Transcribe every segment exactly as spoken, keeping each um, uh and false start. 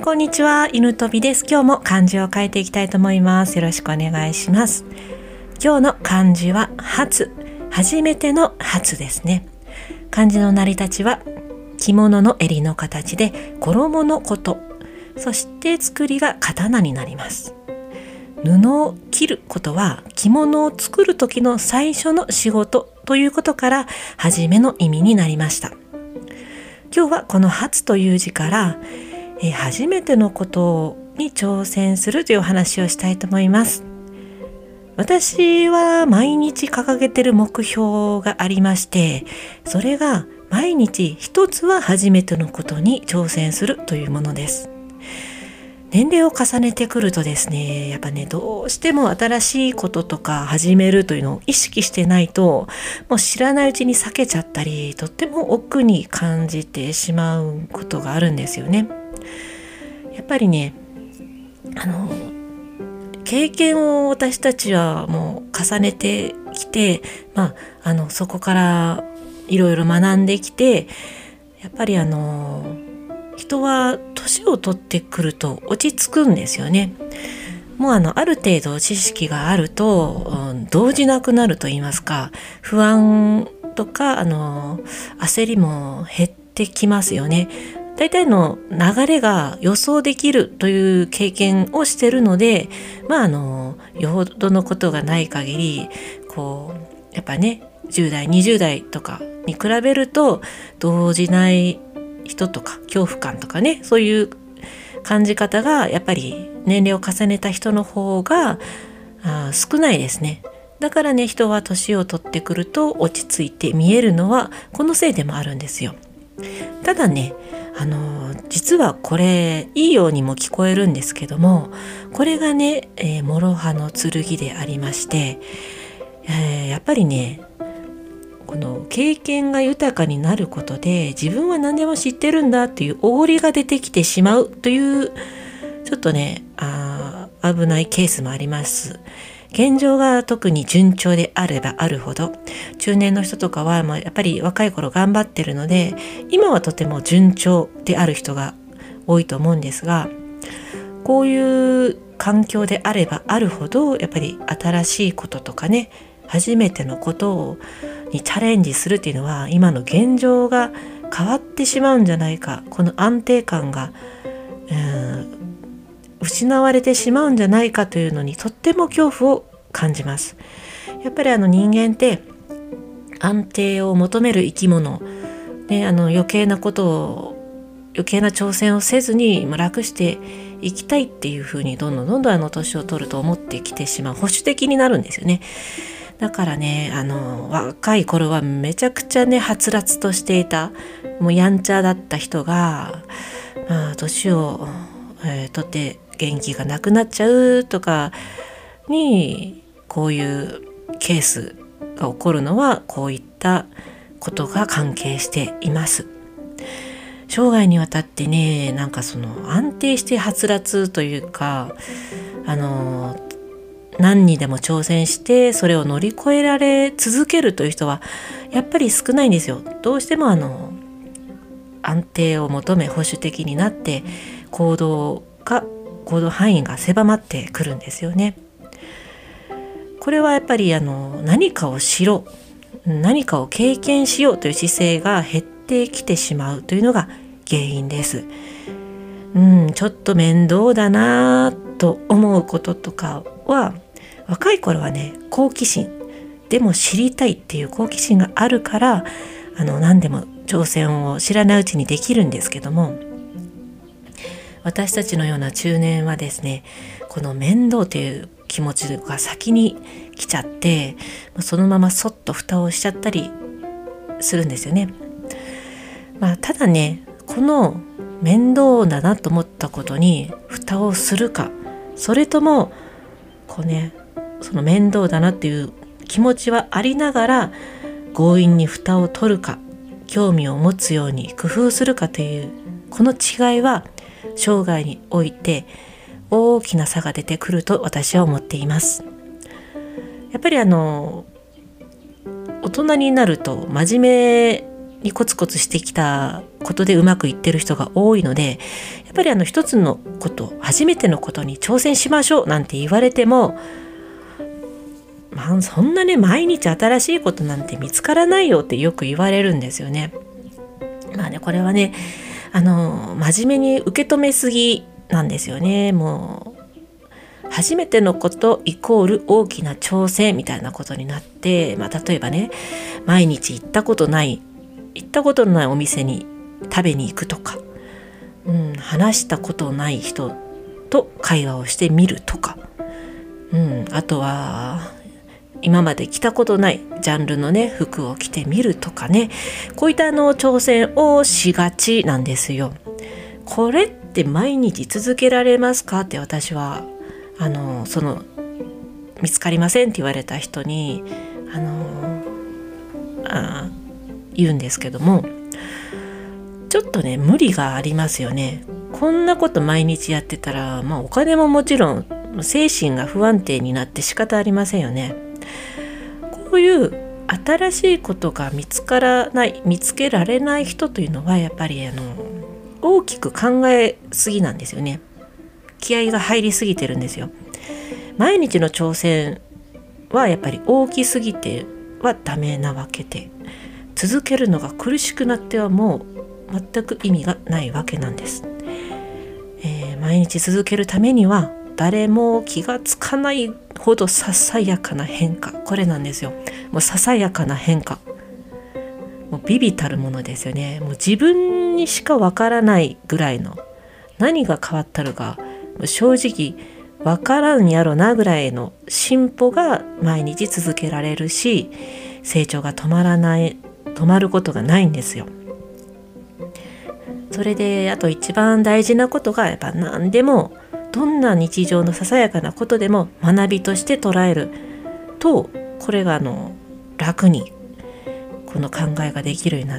こんにちは、犬飛びです。今日も漢字を変えていきたいと思います。よろしくお願いします。今日の漢字は初、初めての初ですね。漢字の成り立ちは着物の襟の形で衣のこと、そして作りが刀になります。布を切ることは着物を作る時の最初の仕事ということから初めの意味になりました。今日はこの初という字からえ初めてのことに挑戦するというお話をしたいと思います。私は毎日掲げている目標がありまして、それが毎日一つは初めてのことに挑戦するというものです。年齢を重ねてくるとですね、やっぱね、どうしても新しいこととか始めるというのを意識してないと、もう知らないうちに避けちゃったり、とっても億劫に感じてしまうことがあるんですよね。やっぱりね、あの経験を私たちはもう重ねてきて、まあ、あのそこからいろいろ学んできて、やっぱりあの人は年を取ってくると落ち着くんですよね。もうあのある程度知識があると、うん、動じなくなると言いますか、不安とかあの焦りも減ってきますよね。大体の流れが予想できるという経験をしているので、まああのよほどのことがない限り、こうやっぱね、じゅう代にじゅう代とかに比べると動じない人とか恐怖感とかね、そういう感じ方がやっぱり年齢を重ねた人の方があ少ないですね。だからね、人は年を取ってくると落ち着いて見えるのはこのせいでもあるんですよ。ただね、あの実はこれいいようにも聞こえるんですけども、これがね、えー、諸刃の剣でありまして、えー、やっぱりね、この経験が豊かになることで自分は何でも知ってるんだっていうおごりが出てきてしまうという、ちょっとねあ危ないケースもあります。現状が特に順調であればあるほど、中年の人とかは、まあ、やっぱり若い頃頑張ってるので、今はとても順調である人が多いと思うんですが、こういう環境であればあるほど、やっぱり新しいこととかね、初めてのことをにチャレンジするっていうのは、今の現状が変わってしまうんじゃないか、この安定感が、うん失われてしまうんじゃないかというのにとっても恐怖を感じます。やっぱりあの人間って安定を求める生き物、ね、あの余計なことを余計な挑戦をせずに楽していきたいっていうふうにどんどんどんどんあの年を取ると思ってきてしまう、保守的になるんですよね。だからね、あの若い頃はめちゃくちゃね、はつらつとしていた、もうやんちゃだった人が、まあ、年を、えー、取って元気がなくなっちゃうとかに、こういうケースが起こるのはこういったことが関係しています。生涯にわたってね、なんかその安定してはつらつというか、あの何にでも挑戦してそれを乗り越えられ続けるという人はやっぱり少ないんですよ。どうしてもあの安定を求め保守的になって行動が行動範囲が狭まってくるんですよね。これはやっぱりあの何かをしろ、何かを経験しようという姿勢が減ってきてしまうというのが原因です。うん、ちょっと面倒だなと思うこととかは、若い頃はね、好奇心でも知りたいっていう好奇心があるから、あの何でも挑戦を知らないうちにできるんですけども、私たちのような中年はですね、この面倒という気持ちが先に来ちゃって、そのままそっと蓋をしちゃったりするんですよね。まあ、ただね、この面倒だなと思ったことに蓋をするか、それともこうね、その面倒だなっていう気持ちはありながら強引に蓋を取るか、興味を持つように工夫するかという、この違いは生涯において大きな差が出てくると私は思っています。やっぱりあの大人になると真面目にコツコツしてきたことでうまくいってる人が多いので、やっぱりあの一つのこと、初めてのことに挑戦しましょうなんて言われても、まあ、そんなね毎日新しいことなんて見つからないよってよく言われるんですよね。まあねこれはねあの真面目に受け止めすぎなんですよね。もう初めてのことイコール大きな挑戦みたいなことになって、まあ、例えばね毎日行ったことない行ったことのないお店に食べに行くとか、うん、話したことない人と会話をしてみるとか、うん、あとは今まで着たことないジャンルのね服を着てみるとかね、こういったあの挑戦をしがちなんですよ。これって毎日続けられますかって私はあのその見つかりませんって言われた人にあのあ言うんですけども、ちょっとね無理がありますよね。こんなこと毎日やってたら、まあ、お金ももちろん精神が不安定になって仕方ありませんよね。こういう新しいことが見つからない見つけられない人というのはやっぱりあの大きく考えすぎなんですよね。気合が入りすぎてるんですよ。毎日の挑戦はやっぱり大きすぎてはダメなわけで、続けるのが苦しくなってはもう全く意味がないわけなんです。えー、毎日続けるためには誰も気がつかないほどささやかな変化、これなんですよ。もうささやかな変化、もう微々たるものですよね。もう自分にしかわからないぐらいの、何が変わったのか正直わからんやろなぐらいの進歩が毎日続けられるし、成長が止まらない止まることがないんですよ。それであと一番大事なことがやっぱ何でもどんな日常のささやかなことでも学びとして捉えると、これがあの楽にこの考えができるようになって、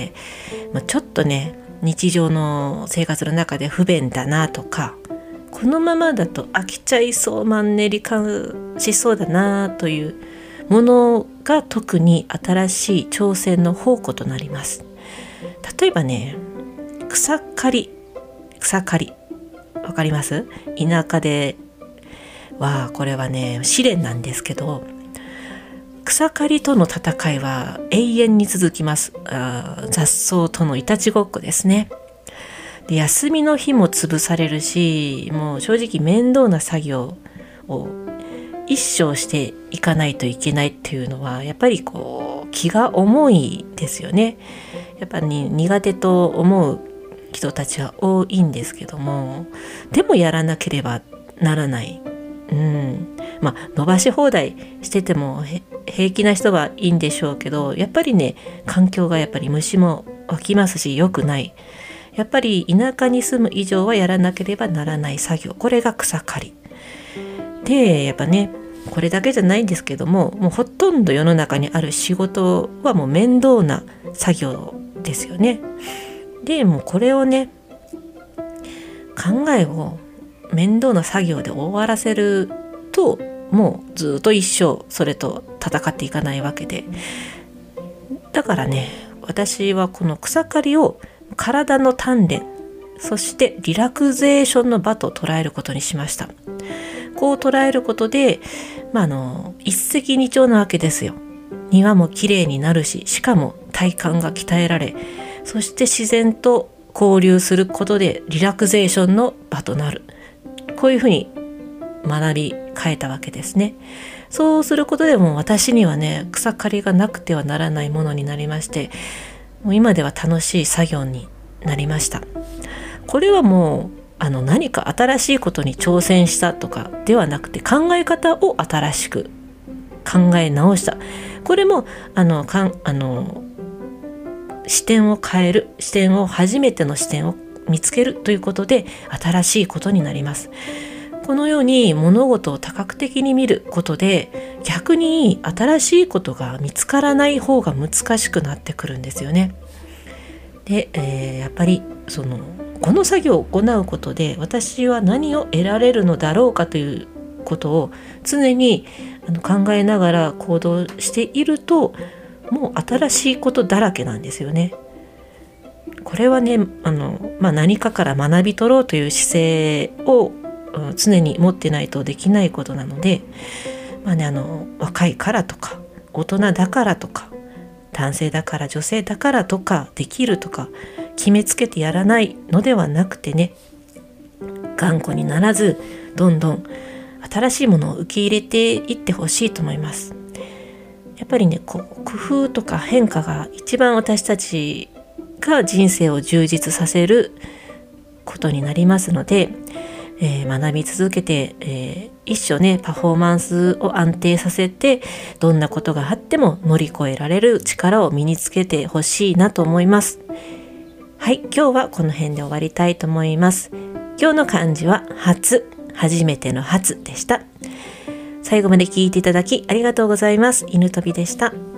ちょっとね日常の生活の中で不便だなとか、このままだと飽きちゃいそう、マンネリ化しそうだなというものが特に新しい挑戦の宝庫となります。例えばね草刈り草刈りわかります？田舎ではこれはね試練なんですけど、草刈りとの戦いは永遠に続きます。あ雑草とのいたちごっこですね。で休みの日も潰されるし、もう正直面倒な作業を一生していかないといけないっていうのはやっぱりこう気が重いですよね。やっぱり苦手と思う人たちは多いんですけども、でもやらなければならない、うん、まあ伸ばし放題してても平気な人はいいんでしょうけど、やっぱりね環境がやっぱり虫も湧きますし良くない。やっぱり田舎に住む以上はやらなければならない作業、これが草刈りで、やっぱねこれだけじゃないんですけども、もうほとんど世の中にある仕事はもう面倒な作業ですよね。でもうこれをね考えを面倒な作業で終わらせると、もうずっと一生それと戦っていかないわけで、だからね私はこの草刈りを体の鍛錬、そしてリラクゼーションの場と捉えることにしました。こう捉えることで、まあ、あの一石二鳥なわけですよ。庭もきれいになるし、しかも体幹が鍛えられ、そして自然と交流することでリラクゼーションの場となる。こういうふうに学び変えたわけですね。そうすることでも私にはね草刈りがなくてはならないものになりまして、もう今では楽しい作業になりました。これはもうあの何か新しいことに挑戦したとかではなくて、考え方を新しく考え直した。これもあのかんあの視点を変える、視点を初めての視点を見つけるということで新しいことになります。このように物事を多角的に見ることで、逆に新しいことが見つからない方が難しくなってくるんですよね。で、えー、やっぱりそのこの作業を行うことで私は何を得られるのだろうかということを常にあの考えながら行動していると、 もう新しいことだらけなんですよね。これはね、あの、まあ、何かから学び取ろうという姿勢を常に持ってないとできないことなので、まあね、あの若いからとか大人だからとか男性だから女性だからとかできるとか決めつけてやらないのではなくてね、頑固にならずどんどん新しいものを受け入れていってほしいと思います。やっぱりね、こう工夫とか変化が一番私たちが人生を充実させることになりますので、えー、学び続けて、えー、一生ねパフォーマンスを安定させて、どんなことがあっても乗り越えられる力を身につけてほしいなと思います。はい、今日はこの辺で終わりたいと思います。今日の漢字は初、初めての初でした。最後まで聞いていただきありがとうございます。犬飛びでした。